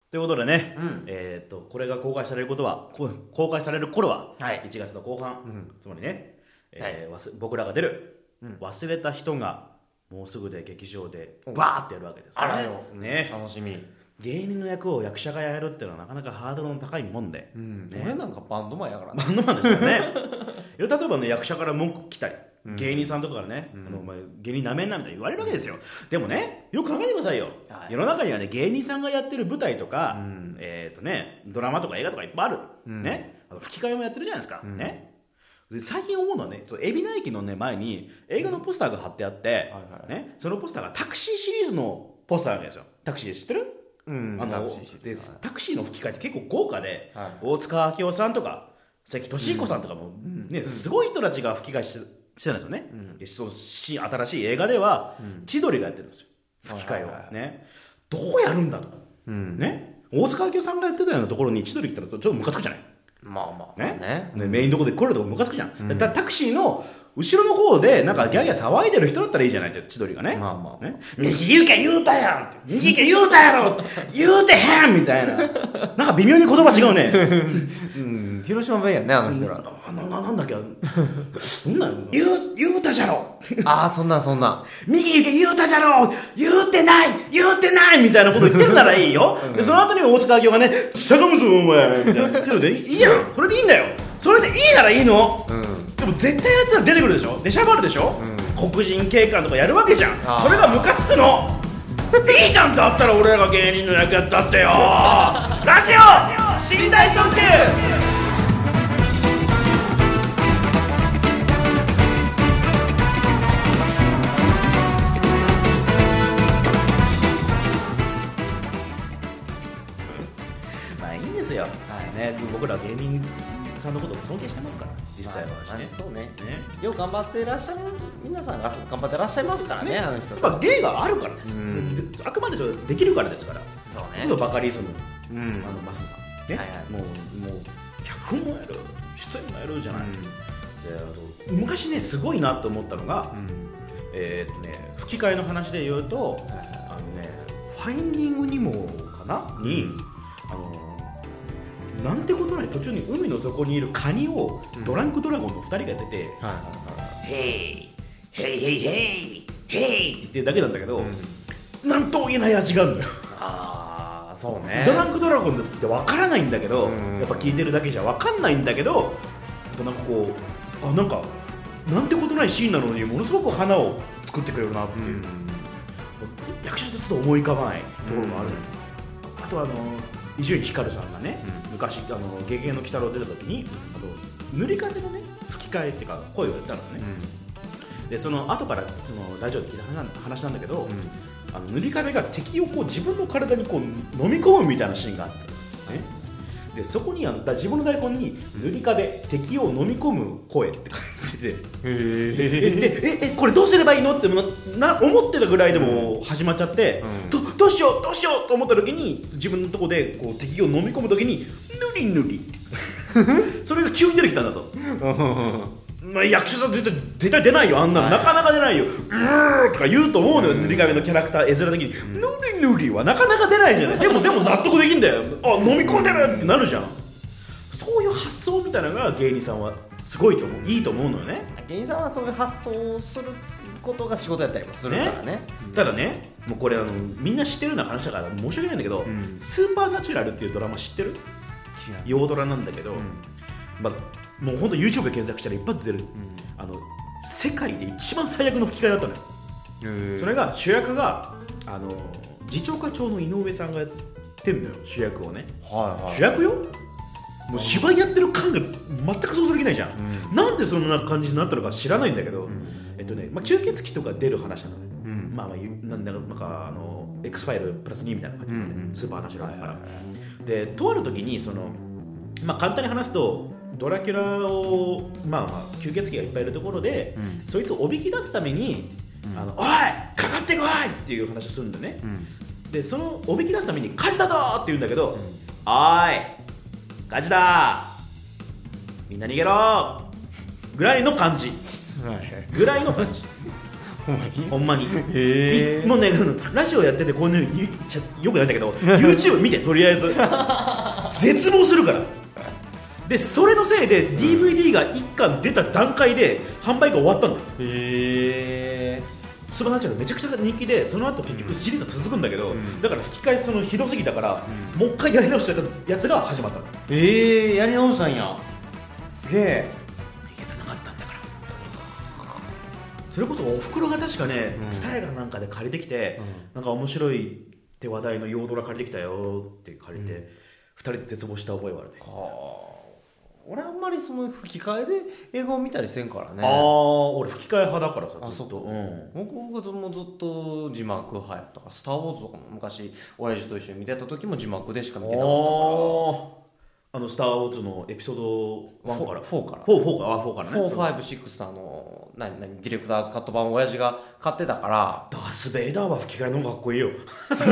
ということでね、 うん、 これが公開される頃は、 はい、 1月の後半、つまりね、僕らが出る、忘れた人がもうすぐで劇場でバーってやるわけですよね。 あらよ、 ね、 楽しみ。 芸人の役を役者がやるっていうのはなかなかハードルの高いもんで、 俺なんかバンドマンやからね。 バンドマンですよね例えばね、役者から文句来たり、芸人さんとかからね、お前芸人なめんなみたいに言われるわけですよ。でもね、よく考えてくださいよ、世の中にはね、芸人さんがやってる舞台とか、ドラマとか映画とかいっぱいある、ね、吹き替えもやってるじゃないですか、ね。で最近思うのはね、海老名駅の、ね、前に映画のポスターが貼ってあって、ね、そのポスターがタクシーシリーズのポスターなんですよ。タクシーで知ってる？タクシーの吹き替えって結構豪華で、大塚明夫さんとか関俊彦さんとかも、すごい人たちが吹き替えしてたんですよね。でその新しい映画では、千鳥がやってるんですよ、吹き替えを、ね。どうやるんだと、ね、大塚明夫さんがやってたようなところに千鳥来たらちょっとムカつくじゃない。メインどこで来るとこムカつくじゃん、タクシーの後ろの方でなんかギャーギャー騒いでる人だったらいいじゃないって、千鳥がね、右行け言うたやんって、右行け言うたやろ言うてへんみたいな、なんか微妙に言葉違うね広島弁やね、あの人ら。 なんだっけそんなん言うたじゃろそんな右行け言うたじゃろ言うてないみたいなこと言ってるならいいよでその後に大塚明夫がね、下がむぞお前みたいな言ってるでいいやん、それでいいんだよ、それでいいならいいの、でも絶対やったら出てくるでしょ、出しゃばるでしょ、黒人警官とかやるわけじゃん、それがムカつくのいいじゃん、だったら俺らが芸人の役やったってよラジオ寝台特急。まあいいんですよ、ね、僕ら芸人さんのことを尊敬してますから、実際はね。 そうね。よく頑張ってらっしゃる皆さんが頑張ってらっしゃいますからね、あの人。 やっぱ芸があるからです。あくまでできるからですから。そうね。バカリズム、マスさんね、もう脚本もやる、出演もやるじゃない。昔ね、すごいなと思ったのが、吹き替えの話で言うと、ファインディングにもかなに。なんてことない途中に海の底にいるカニをドランクドラゴンの2人がやってて、ヘイヘイヘイヘイヘイって言ってるだけなんだけど、なんとも言えない味があるのよ。 そうね。 ドランクドラゴンって分からないんだけど、やっぱ聞いてるだけじゃ分かんないんだけど、なんかこうなんてことないシーンなのにものすごく花を作ってくれるなっていう、役者とちょっと思い浮かばないところもある。あと伊集院光さんがね、昔ゲゲゲの鬼太郎出た時に塗り方のね吹き替えっていうか声をやったのね、でその後からそのラジオで聞いた話なんだけど、塗り壁が敵をこう自分の体にこう飲み込むみたいなシーンがあって、ね、でそこに自分の台本に塗り壁敵を飲み込む声って書いてて、これどうすればいいのって思ってたぐらいでも始まっちゃって、どうしようと思った時に自分のとこでこう敵を飲み込む時にぬりそれが急に出てきたんだと役者さん絶対出ないよ、あんなのなかなか出ないよ、とか言うと思うのよ、塗り壁のキャラクター絵面的にぬりはなかなか出ないじゃない。でも納得できんだよ、飲み込んでるってなるじゃん。そういう発想みたいなのが芸人さんはすごいと思う、いいと思うのよね。 芸人さんはそういう発想をすることが仕事やったりもするからね。 ただね、もうこれみんな知ってるような話だから申し訳ないんだけど、スーパーナチュラルっていうドラマ知ってる？洋ドラなんだけど、もう本当 YouTube で検索したら一発出る、世界で一番最悪の吹き替えだったのよ。それが主役が次長課長の井上さんがやってんのよ、主役をね、主役よ。もう芝居やってる感が全く想像できないじゃん、なんでそんな感じになったのか知らないんだけど、吸血鬼とか出る話なのね、なんかX ファイルプラス2みたいな感じで、スーパーナチュラルだから。でとある時に簡単に話すと、ドラキュラを吸血鬼がいっぱいいるところで、そいつをおびき出すために、おいかかってこいっていう話をするんだよね、でそのおびき出すために火事だぞって言うんだけど、おーい火事だみんな逃げろぐらいの感じ、ぐらいの感じほんまにへえ。 もうねラジオやっててこういうの言っちゃよくないんだけどYouTube 見てとりあえず絶望するからでそれのせいで DVD が1巻出た段階で販売が終わったんだよ。 へえ。 スーパーナチュラルめちゃくちゃ人気でその後結局シリーズ続くんだけど、だから吹き替えそのひどすぎたから、もう一回やり直したやつが始まったの。 やり直したんや。すげえ。 つながったんだからそれこそおふくろが確かねツタヤかなんかで借りてきて、なんか面白いって話題の洋ドラ借りてきたよって借りて、2人で絶望した覚えはあるね。 俺あんまりその吹き替えで英語を見たりせんからね。 俺吹き替え派だからさずっと。 僕もずっと字幕派やったから、スター・ウォーズとかも昔親父と一緒に見てた時も字幕でしか見てなかったから。 スター・ウォーズのエピソード1から 4から 4からね。 4、5、6のディレクターズカット版を親父が買ってたから。 ダース・ベイダーは吹き替えの方がかっこいいよ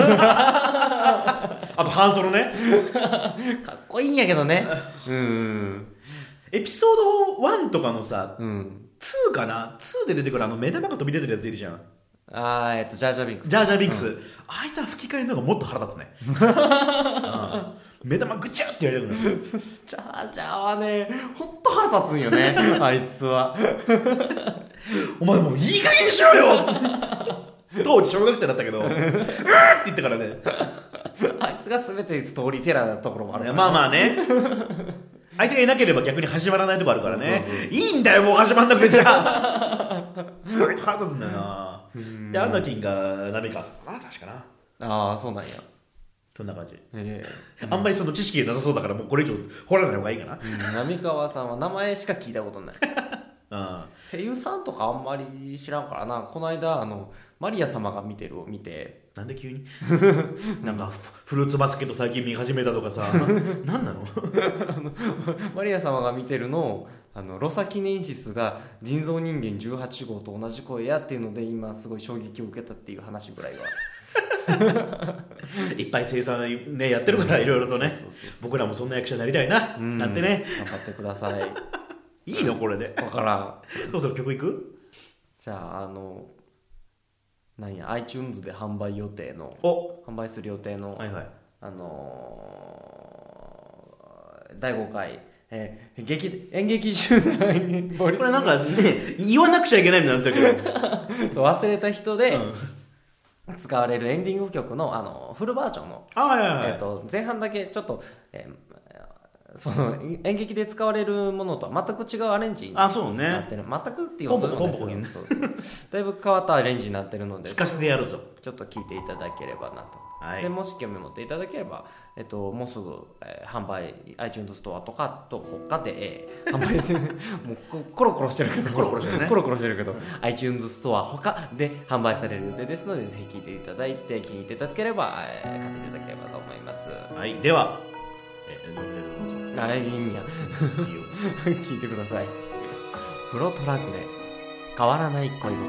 あとハンソロねかっこいいんやけどねエピソード1とかのさ、2かな、2で出てくる目玉が飛び出てるやついるじゃん。 ジャージャービンクス。 ジャージャービンクス、あいつは吹き替えの方がもっと腹立つね目玉ぐちゅってやりたくなるジャージャーはねほんと腹立つんよねあいつはお前もういい加減にしろよ当時小学生だったけどうーって言ってからねあいつが全てストーリーテラーなところもあるから、ね、 まあまあねあいつがいなければ逆に始まらないとこあるからね。いいんだよもう始まんなくてじゃああいつ腹立つんだよな。でアナキンが浪川さんかな確かな。 ああそうなんや。 そんな感じ、あんまりその知識がなさそうだからもうこれ以上掘らない方がいいかな。 浪川さんは名前しか聞いたことない声優さんとかあんまり知らんからな。この間マリア様が見てるを見て、 なんで急になんかフルーツバスケット最近見始めたとかさなんなのマリア様が見てるのロサキネンシスが人造人間18号と同じ声やっていうので今すごい衝撃を受けたっていう話ぐらいはいっぱい生産ねやってるからいろいろとね。僕らもそんな役者になりたいな、なんてね。 頑張ってくださいいいのこれで分からん。 どうぞ曲いく。じゃあなんや iTunes で販売する予定の、 はいはい、 第5回、演劇集団これなんかね言わなくちゃいけないみたいになってるけどそう忘れた人で、使われるエンディング曲のフルバージョンの、前半だけちょっと、その演劇で使われるものとは全く違うアレンジになってる、全くっていうことなんですけど、だいぶ変わったアレンジになってるので聞かせてやるぞ。 ちょっと聞いていただければなと、 はい、 でもし興味持っていただければ、もうすぐ、販売 iTunes ストアとかと他で、販売でもうコロコロしてるけどiTunes ストア他で販売される予定ですので、ぜひ聞いていただいて気に入っていただければ、買っていただければと思います。 はい、では、 いいんや聞いてください。フロトラックで変わらない恋心。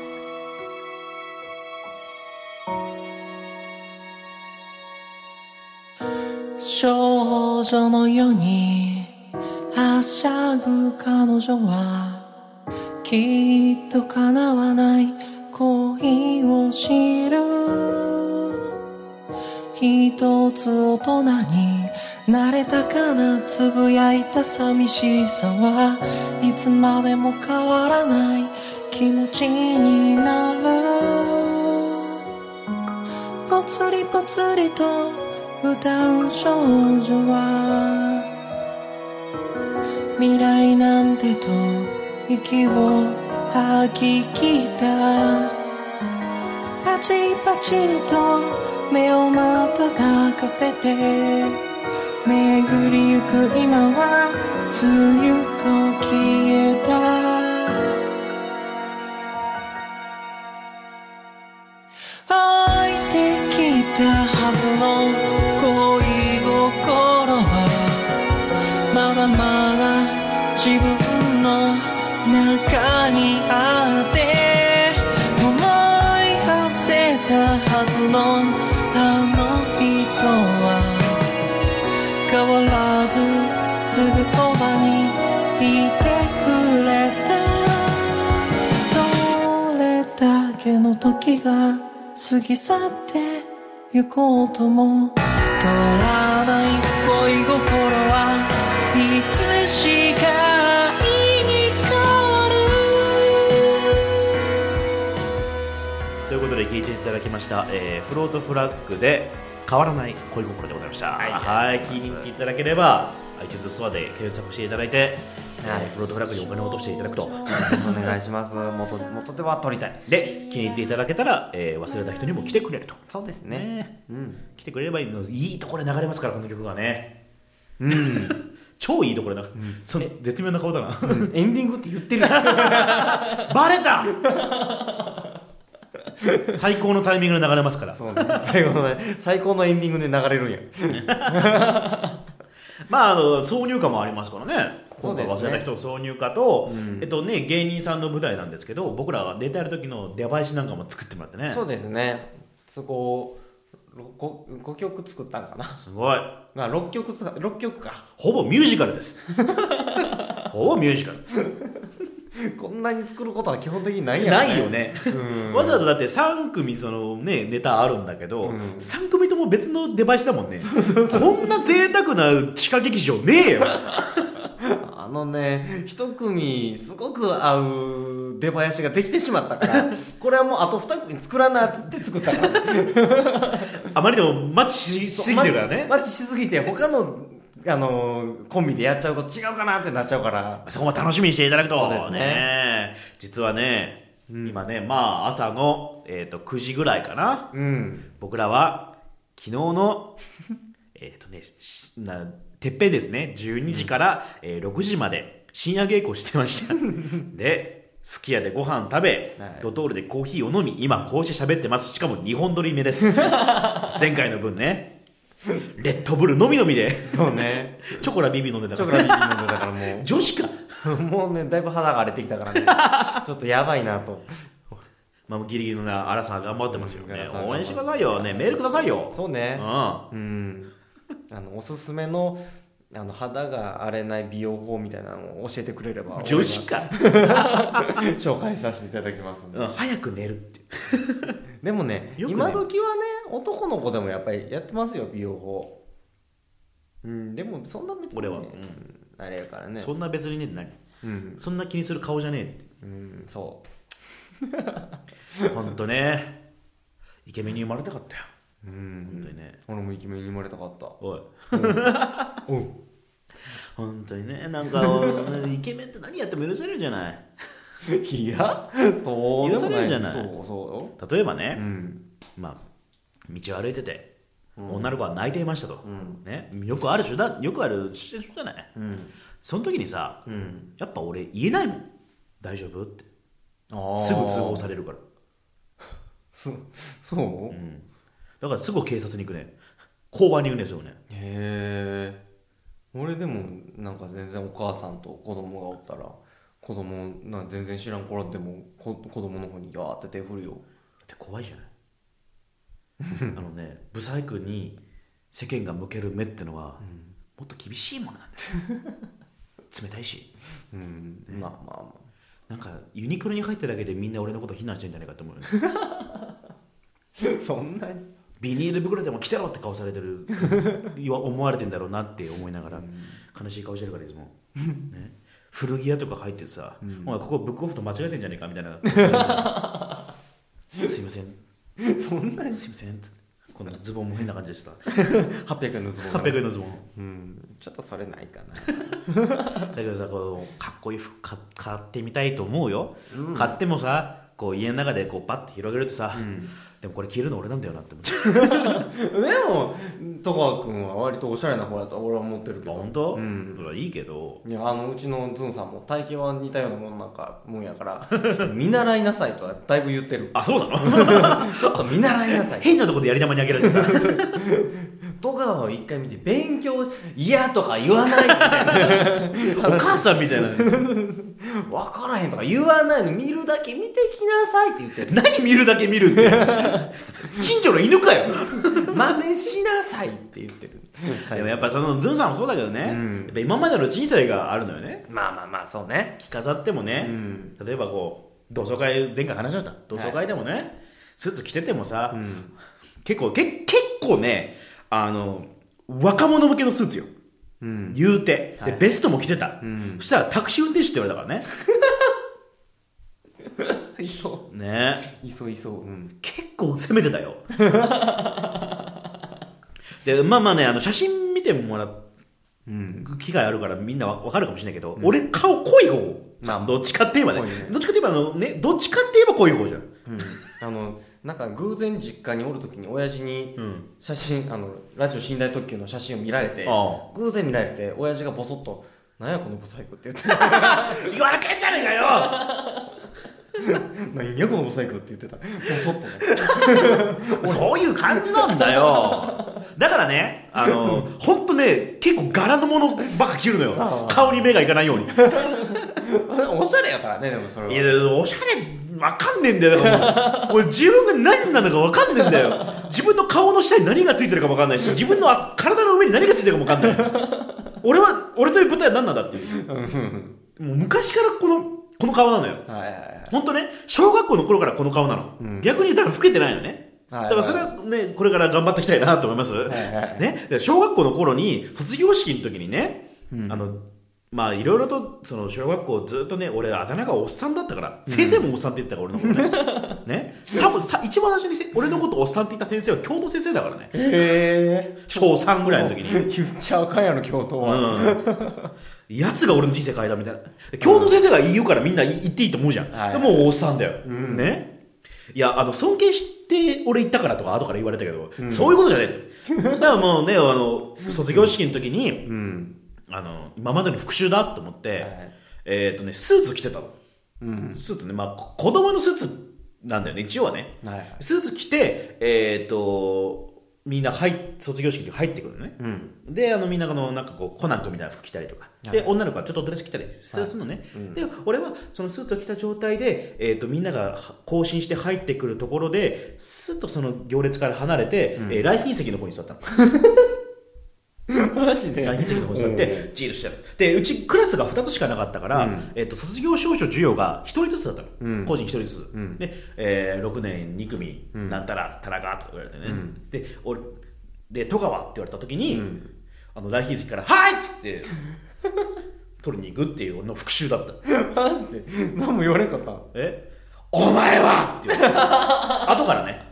少女のようにはしゃぐ彼女はきっと叶わない恋を知る。一つ大人になれたかな、つぶやいた寂しさはいつまでも変わらない気持ちになる。ぽつりぽつりと歌う少女は未来なんてと息を吐き切った。パチリパチリと目を瞬かせて巡りゆく今はつゆと消えた。湧いてきたはずの恋心はまだまだ自分の中にあって、思い馳せたはずのあの人は変わらずすぐそばにいてくれた。取れた過ぎ去って行こうとも変わらない恋心はいつしか愛に変わる。 ということで聴いていただきました、フロートフラッグで変わらない恋心でございました。はい、聴いていただければ iTunes ストアで検索していただいて、フロートフラッグにお金を落としていただくとお願いします。元では取りたいで、気に入っていただけたら、忘れた人にも来てくれると。 そうですね、 来てくれればいいの。いいところで流れますから、この曲がね、超いいところで、その絶妙な顔だな、 エンディングって言ってるやんバレた最高のタイミングで流れますから。 そうね、最高のエンディングで流れるんやまあ、挿入歌もありますからね。今回そうですね忘れた人の挿入歌と、芸人さんの舞台なんですけど、僕らが出てある時の出囃子なんかも作ってもらってね。 そうですね、そこ 5曲作ったんかな。 すごい。 まあ6曲か。 ほぼミュージカルですほぼミュージカルこんなに作ることは基本的にないやろね。 ないよねわざわざだって3組その、ね、ネタあるんだけど、3組とも別の出囃子だもんね。こんな贅沢な地下劇場ねえよ一組すごく合う出囃子ができてしまったからこれはもうあと2組作らなっつって作ったからあまりにもマッチしすぎてるからね。 マッチしすぎて他のコンビでやっちゃうと違うかなってなっちゃうから、 そこも楽しみにしていただくと。 そうですね。 実はね、今ね、まあ朝の、9時ぐらいかな、僕らは昨日のてっぺんですね、12時から、6時まで深夜稽古してましたですき家でご飯食べ、ドトールでコーヒーを飲み、今こうして喋ってます。しかも2本撮り目です前回の分ね、レッドブル飲み飲みでそうねチョコラビビ飲んでたから、 チョコラビビ飲んでたからもう女子かもうねだいぶ肌が荒れてきたからねちょっとやばいなと。 まあ、ギリギリのアラサー頑張ってますよね。 うん応援してくださいよね。メールくださいよ。 そうね、おすすめの肌が荒れない美容法みたいなのを教えてくれれば女子か紹介させていただきますので、 早く寝るってでもね今時はね男の子でもやっぱりやってますよ美容法。でもそんな別に、ね、 俺は、 あれやからね。 そんな別にねって何、そんな気にする顔じゃねえって。 そうほんとね、イケメンに生まれたかったよ。本当にね。 俺もイケメンに生まれたかった。 おい本当にね、なんかイケメンって何やっても許されるじゃないいやそう許されるじゃない。 そう例えばね、まあ道を歩いてて、女の子は泣いていましたと、ね、よくあるシチュエーションじゃない、その時にさ、やっぱ俺言えないもん、大丈夫ってすぐ通報されるからそう、 だからすぐ警察に行くね、交番に行くんですよね。 へえ。俺でもなんか全然お母さんと子供がおったら子供なん全然知らん子らでも子供の方にガーって手振るよ。 だって怖いじゃないブサイクに世間が向ける目ってのは、もっと厳しいものなんだよ冷たいし、 まあなんかユニクロに入っただけでみんな俺のこと非難してんじゃないかと思うよねそんなにビニール袋でも着てろって顔されてる思われてんだろうなって思いながら、悲しい顔してるからいつも、ね、古着屋とか入ってさ、お前ここブックオフと間違えてんじゃねえかみたいなすいませんそんなにすいませんってこのズボンも変な感じでした 800円のズボン 800円のズボン、ちょっとそれないかなだけどさ、こうかっこいい服買ってみたいと思うよ、買ってもさ、こう家の中でこうパッと広げるとさ、でもこれ着るの俺なんだよなって思っちゃうでも戸川君は割とおしゃれな方やと俺は思ってるけど。 本当？それはいいけど、 いやうちのズンさんも体型は似たようなもんやから見習いなさいとはだいぶ言ってるあ、そうなのちょっと見習いなさい変なとこでやり玉にあげられてさ戸川を一回見て勉強嫌とか言わないみたいなお母さんみたいな分からへんとか言わないの、見るだけ見てきなさいって言ってる。 何見るだけ見るって近所の犬かよ真似しなさいって言ってるでもやっぱそのズンさんもそうだけどね、やっぱ今までの人生があるのよね。 まあそうね。 着飾ってもね、例えばこう同窓会、前回話しました同窓会でもね、 スーツ着ててもさ、 うん、 結構ね若者向けのスーツよ、うん、言うてで、ベストも着てた、うん、そしたらタクシー運転手って言われたからねいそうね、 いそう、うん、 結構攻めてたよでまあね写真見てもらう機会あるからみんな分かるかもしれないけど、うん、俺顔濃い方、まあ、どっちかって言えばね、どっちかって言えばどっちかって言えば濃い方じゃん、 うん、なんか偶然実家におるときに親父に写真、ラジオ寝台特急の写真を見られて、偶然見られて親父がボソッとなんやこのブサイクって言って言われてんじゃねえかよ何やこのブサイクって言ってたボソッとねそういう感じなんだよだからねほんとね結構柄のものばっか着るのよ顔に目がいかないようにおしゃれやからね。でもそれは、 いやおしゃれわかんねえんだよ。だから俺自分が何なのかわかんねえんだよ。自分の顔の下に何がついてるかもわかんないし、自分の体の上に何がついてるかもわかんない。俺という舞台は何なんだっていう。もう昔からこの顔なのよ。本当ね、小学校の頃からこの顔なの。逆にだから老けてないのね。だからそれはね、これから頑張っていきたいなと思います。ね、小学校の頃に卒業式の時にね、まあいろいろとその小学校ずっとね、俺あだ名がおっさんだったから、先生もおっさんって言ったから俺のことね。ね、一番最初に俺のことおっさんって言った先生は教頭先生だからね。小3ぐらいの時に。 言っちゃうかんやろ教頭は。 やつが俺の人生変えたみたいな。教頭先生が言うからみんな言っていいと思うじゃん。でもうおっさんだよ。ね。いや尊敬して俺言ったからとか後から言われたけど、そういうことじゃないと。だからもうね卒業式の時に。今までの復習だと思って、スーツ着てたの、スーツね、まあ子供のスーツなんだよね一応はね、スーツ着てみんな卒業式に入ってくるのね、でみんななんかこうコナン君みたいな服着たりとか、で女の子はちょっとドレス着たりするのね、で俺はそのスーツを着た状態で、みんなが行進して入ってくるところでスッとその行列から離れて、来賓席の方に座ったのマジで来賓席の方に座ってじーっとしてる。でうちクラスが2つしかなかったから、卒業証書授与が1人ずつだったの、個人1人ずつ、で、6年2組、なんたら田中とか言われてね、で俺で戸川って言われた時に、来賓席からはいっつって取りに行くっていう俺の復習だったマジで何も言われんかった。 お前はって言われた後からね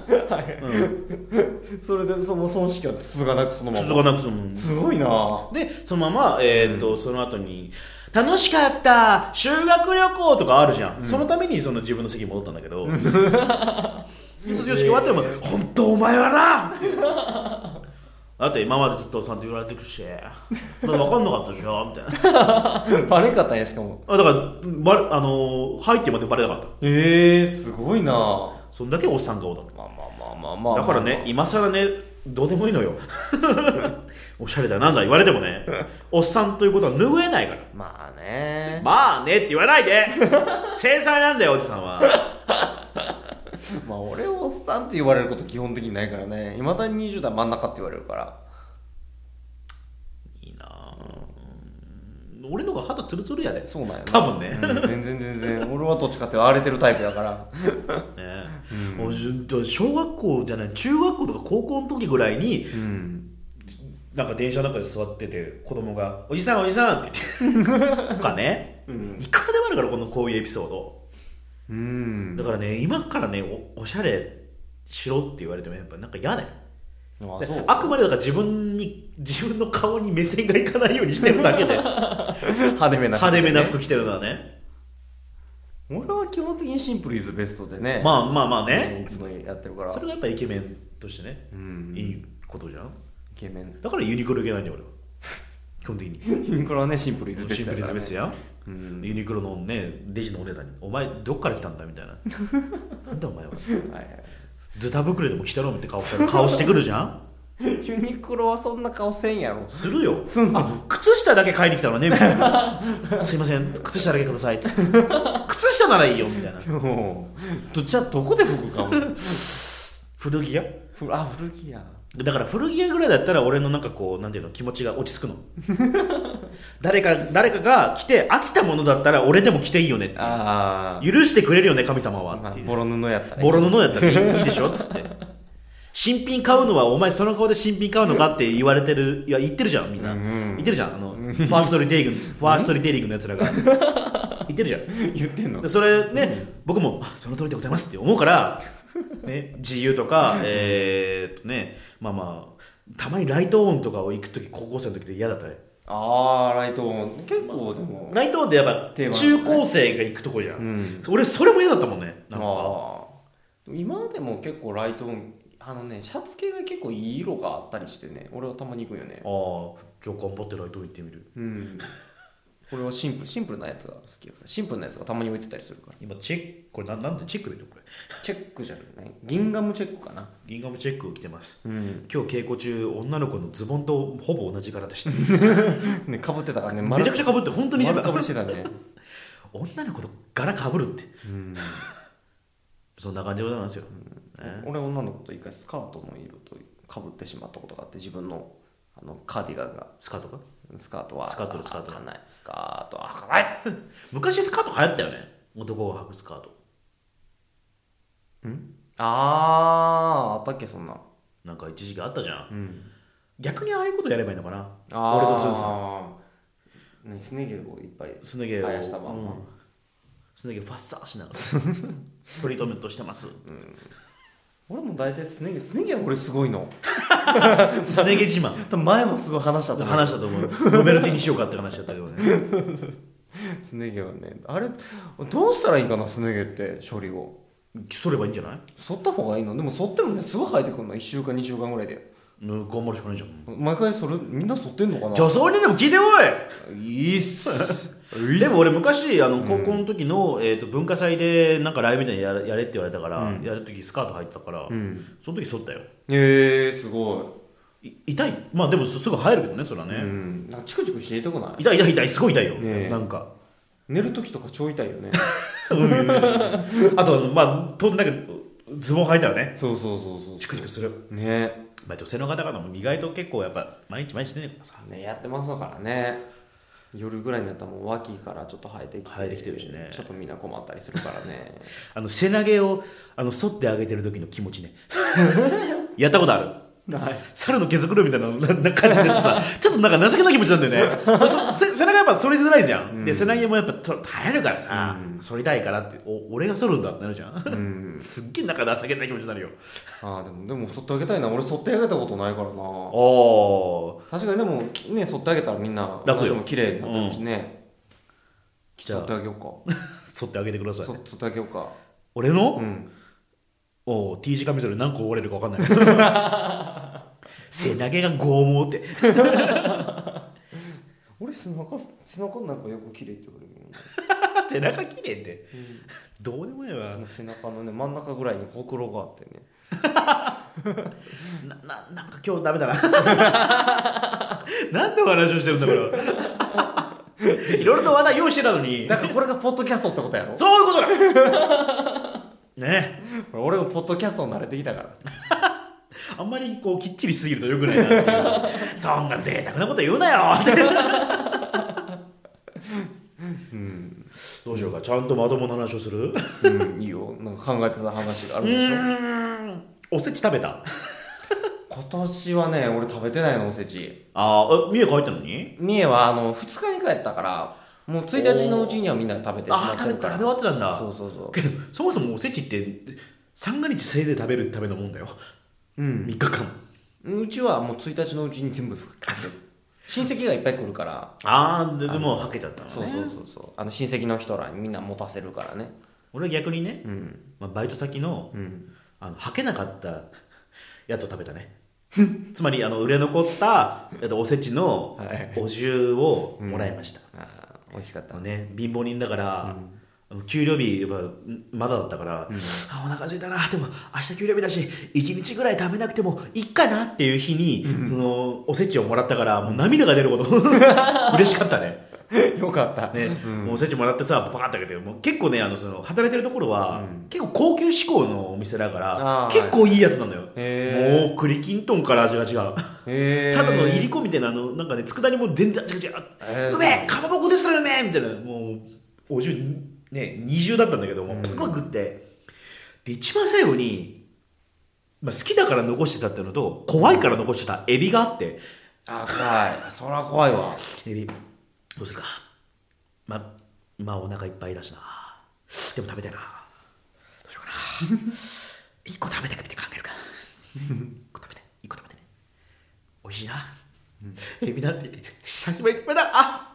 それでその葬式は続かなくそのまま続かなくそのまますごいな。 でそのまま、その後に楽しかった修学旅行とかあるじゃん、そのためにその自分の席に戻ったんだけど卒業式終わっても本当お前はなだって今までずっとおっさんって言われてるし分かんなかったでしょみたいなバレんかったんや。しかもだから入ってまでバレなかった。 すごいな。 そんだけおっさん顔だった。 まあだからね、今更ねどうでもいいのよおしゃれだなんだ言われてもねおっさんということは拭えないから。 まあねって言わないで繊細なんだよおじさんはまあ俺おっさんって言われること基本的にないからね。いまだに20代真ん中って言われるから。 いいな俺のが肌ツルツルやで。 そうなんや、 多分ね、 全然俺はどっちかって荒れてるタイプだからね、小学校じゃない中学校とか高校の時ぐらいに、なんか電車の中で座ってて子供がおじさんおじさんって言ってとかね、いくらでもあるからこういうエピソード。だからね今からね おしゃれしろって言われてもやっぱなんか嫌だよ。あくまでだから自分の顔に目線がいかないようにしてるだけで派手めな服着てるのはね。 俺は基本的にシンプルイズベストでね。 まあね、 いつもやってるから。 それがやっぱイケメンとしてね、いいことじゃん。イケメンだからユニクロいけないんだよ俺は基本的にユニクロはねシンプルイズベストやからね。 やユニクロのねレジのお姉さんにお前どっから来たんだみたいななんだお前はズタ袋でも着たろみって顔してくるじゃんユニクロはそんな顔せんやろ。 するよ。靴下だけ買いに来たのねみたいなすいません靴下だけくださいって靴下ならいいよみたいなじゃあどこで服買うの古着屋。 古着屋だから古着屋ぐらいだったら俺のなんかこうなんていうの気持ちが落ち着くの誰かが着て飽きたものだったら俺でも着ていいよねっていう、許してくれるよね神様はっていう、 ボロ布やったらボロ布やったらいいでしょっつって新品買うのはお前その顔で新品買うのかって言われてる、いや言ってるじゃんみんな、言ってるじゃんファーストリテイリングのやつらが言ってるじゃん言ってんのそれね、僕もその通りでございますって思うからね、GU とかまあたまにライトオンとかを行くとき高校生の時で嫌だったね。 ライトオン結構でもライトオンってやっぱ中高生が行くとこじゃん、俺それも嫌だったもんね。なんか今でも結構ライトオンシャツ系が結構いい色があったりしてね、俺はたまに行くよね。 じゃあ頑張ってライトオン行ってみる。 俺はシンプルなやつが好きだから、シンプルなやつがたまに置いてたりするから。 今これなんでチェックでしょこれ。 チェックじゃないギンガムチェックかな。 ギンガムチェックを着てます、今日稽古中女の子のズボンとほぼ同じ柄でしたね、被ってたからね。 めちゃくちゃ被って本当に丸かぶりしてたね女の子と柄被るって、そんな感じでございますよ、 俺女の子と一回スカートの色と被ってしまったことがあって、自分のカーディガンが。 スカートかスカートはスカート開かない。スカートは開かない昔スカート流行ったよね、男が履くスカート。 あったっけそんな。 なんか一時期あったじゃん、逆にああいうことやればいいのかな。俺とツーさんスネ毛をいっぱい生やしたまんま、 スネ毛ファッサーしながらトリートメントしてます、 俺も大体スネ毛は俺すごいのスネ毛自慢。 多分前もすごい話したと思うノベルティにしようかって話だったけどねスネ毛はね、あれどうしたらいいかな、スネ毛って処理を。 剃ればいいんじゃない？ 剃った方がいいの？でも剃ってもねすぐ生えてくるの、1週間2週間ぐらいで。 頑張るしかないじゃん。 毎回みんな剃ってんのかな。 女装にでも聞いてこい。 いいっすでも俺昔高校の時の、文化祭でなんかライブみたいにやれって言われたから、やる時スカート履いてたから、その時剃ったよ。 すごい。痛い。まあでもすぐ生えるけどね、それはね。 なんかチクチクして痛くない？ 痛いすごい痛いよ、なんか寝る時とか超痛いよねあとまあ当然だけどズボン履いたらね、 そうチクチクするね。 女性の方々も意外と結構やっぱ毎日ねやってますからね。夜ぐらいになったらもう脇からちょっと生えてきてるしね、 ちょっとみんな困ったりするからね背投げを剃ってあげてる時の気持ちねやったことある？猿の毛づくろいみたいな感じでさちょっとなんか情けない気持ちなんだよね背中やっぱ反りづらいじゃん、で背投げもやっぱ耐えるからさ、反りたいからって俺が反るんだってなるじゃん、すっげえなんか情けない気持ちになるよ。 でも剃ってあげたいな。俺剃ってあげたことないからな。確かに。でもね剃ってあげたらみんな楽よ、 も綺麗になってるしね、剃ってあげようか剃ってあげてください。 剃ってあげようか。 俺のT 字カミソリ何個折れるか分かんない背投げが剛毛って俺背中なんかよく綺麗って言われるよ背中綺麗って、どうでもいいわ。 背中のね真ん中ぐらいにほくろがあってねなんか今日ダメだな何の話をしてるんだからいろいろと話題用意してたのに。 だからこれがポッドキャストってことやろ。 そういうことだね。 俺もポッドキャストに慣れてきたからあんまりこうきっちりしすぎるとよくないなっていうそんな贅沢なこと言うなよどうしようか、ちゃんとまともな話をするいいよ。なんか考えてた話があるでしょ。 おせち食べた？ 今年はね俺食べてないの、おせち。 三重帰ったのに？ 三重は2日に帰ったからもう1日のうちにはみんな食べてしまってるから。 食べ終わってたんだ。 そうけどそもそもおせちって三が日制で食べるためのもんだよ。3日間。 うちはもう1日のうちに全部親戚がいっぱい来るから。 でもはけちゃったのね。 そう親戚の人らにみんな持たせるからね。 俺は逆にね、バイト先の、はけなかったやつを食べたねつまり売れ残ったおせちのお重をもらいました、 美味しかったね。貧乏人だから、給料日やっぱまだだったから、お腹空いたな、でも明日給料日だし1日ぐらい食べなくてもいいかなっていう日に、そのおせちをもらったからもう涙が出るほど嬉しかったね。 よかったね、もうおせちもらってさパカッと開けて、もう結構ねその働いてるところは、結構高級志向のお店だから結構いいやつなのよ。もう栗きんとんから味が違う。ただのいりこみたいななんかね佃煮も全然違う、うめえかまぼこですらうめえみたいな、もうお重ね二重だったんだけども、うまくってで一番最後に、好きだから残してたっていうのと怖いから残してたエビがあって、 怖い、そりゃ怖いわ。 エビどうするか。まあお腹いっぱいだしな、でも食べたいな、どうしようかな一個食べてみて考えるか一個食べてね、美味しいな、エビなんて久しぶりに食べた。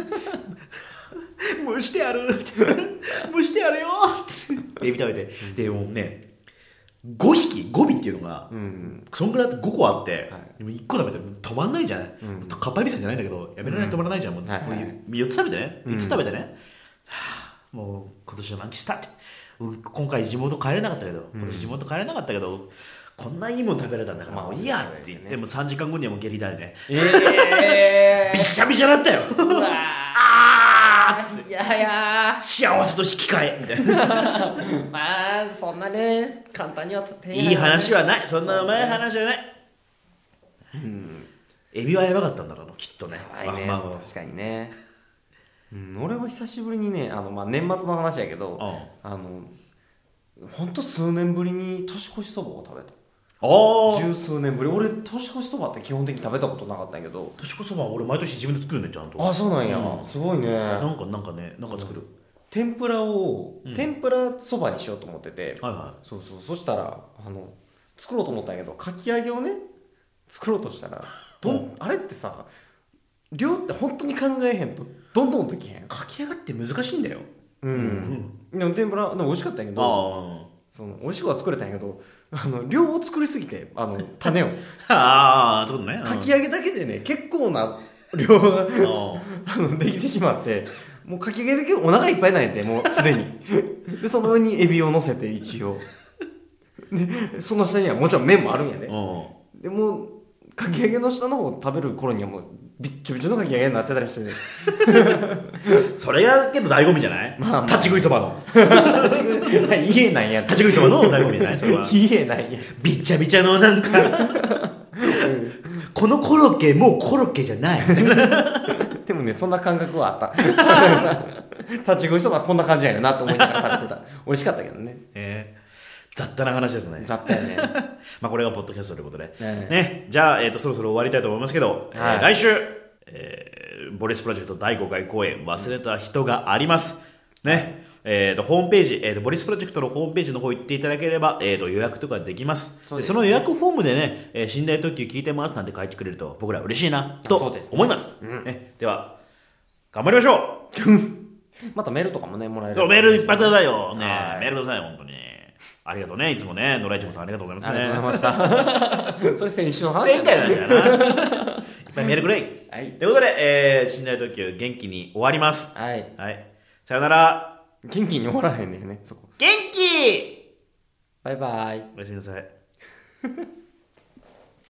蒸してやる蒸してやるよエビ食べて、でもね5尾っていうのが、そんぐらい5個あって、でも1個食べて止まんないじゃない、かっぱえびさんじゃないんだけどやめられない、止まらないじゃん、もう4つ食べてね、5つ食べてね、もう今年の満喫したって、今回地元帰れなかったけど、今年地元帰れなかったけど、こんないいもん食べられたんだから、もういいやって言って、もう3時間後にはもう下痢だよね。びっしゃびしゃだったよ。うわいや幸せと引き換えみたいな。 まあそんなね簡単にはいい話はない、そんなうまい話はない。エビはやばかったんだろうな、きっとね。 確かにね。俺は久しぶりにね、年末の話やけど、ほんと数年ぶりに年越しそばを食べた。十数年ぶり。俺年越しそばって基本的に食べたことなかったんやけど、 年越しそばは俺毎年自分で作るね、ちゃんと。 そうなんや、すごいね。 なんか作る。 天ぷらそばにしようと思ってて、そしたら作ろうと思ったんやけど、かき揚げをね作ろうとしたらあれってさ、量って本当に考えへんとどんどんできへん。 かき揚げって難しいんだよ。 でも天ぷらでも美味しかったんやけど、美味しくは作れたんやけど、量を作りすぎて種をそういうことね。 かき揚げだけでね結構な量ができてしまって、もうかき揚げだけお腹いっぱいなんやて、もうすでにでその上にエビを乗せて、一応でその下にはもちろん麺もあるんやで。でもかき揚げの下の方を食べる頃にはもうびっちょびちょのかき揚げになってたりしてねそれがけど醍醐味じゃない、立ち食いそばの家なんや、 立ち食いそばの醍醐味じゃない、それは家なんや、 びっちゃびちゃのなんかこのコロッケもうコロッケじゃないでもねそんな感覚はあった立ち食いそばこんな感じやよなと思いながら食べてた。美味しかったけどね。 雑多な話ですね。 雑多やねこれがポッドキャストということで、ね、じゃあ、そろそろ終わりたいと思いますけど、来週、ボリスプロジェクト第5回公演忘れた人がありますね。ホームページ、ボリスプロジェクトのホームページの方行っていただければ、予約とかできます。その予約フォームでね、寝台特急聞いてますなんて書いてくれると僕ら嬉しいなと思います。では頑張りましょうまたメールとかもねもらえる。 メールいっぱいくださいよ、メールください、本当にありがとうね、いつもね。野良一門さんありがとうございますね。 ありがとうございましたそれ先週の話、 前回なんだよないっぱいメールくれ、ということで、寝台特急元気に終わります。さよなら。 元気に終わらへんねんね、そこ。 元気。 バイバイ。 おやすみなさい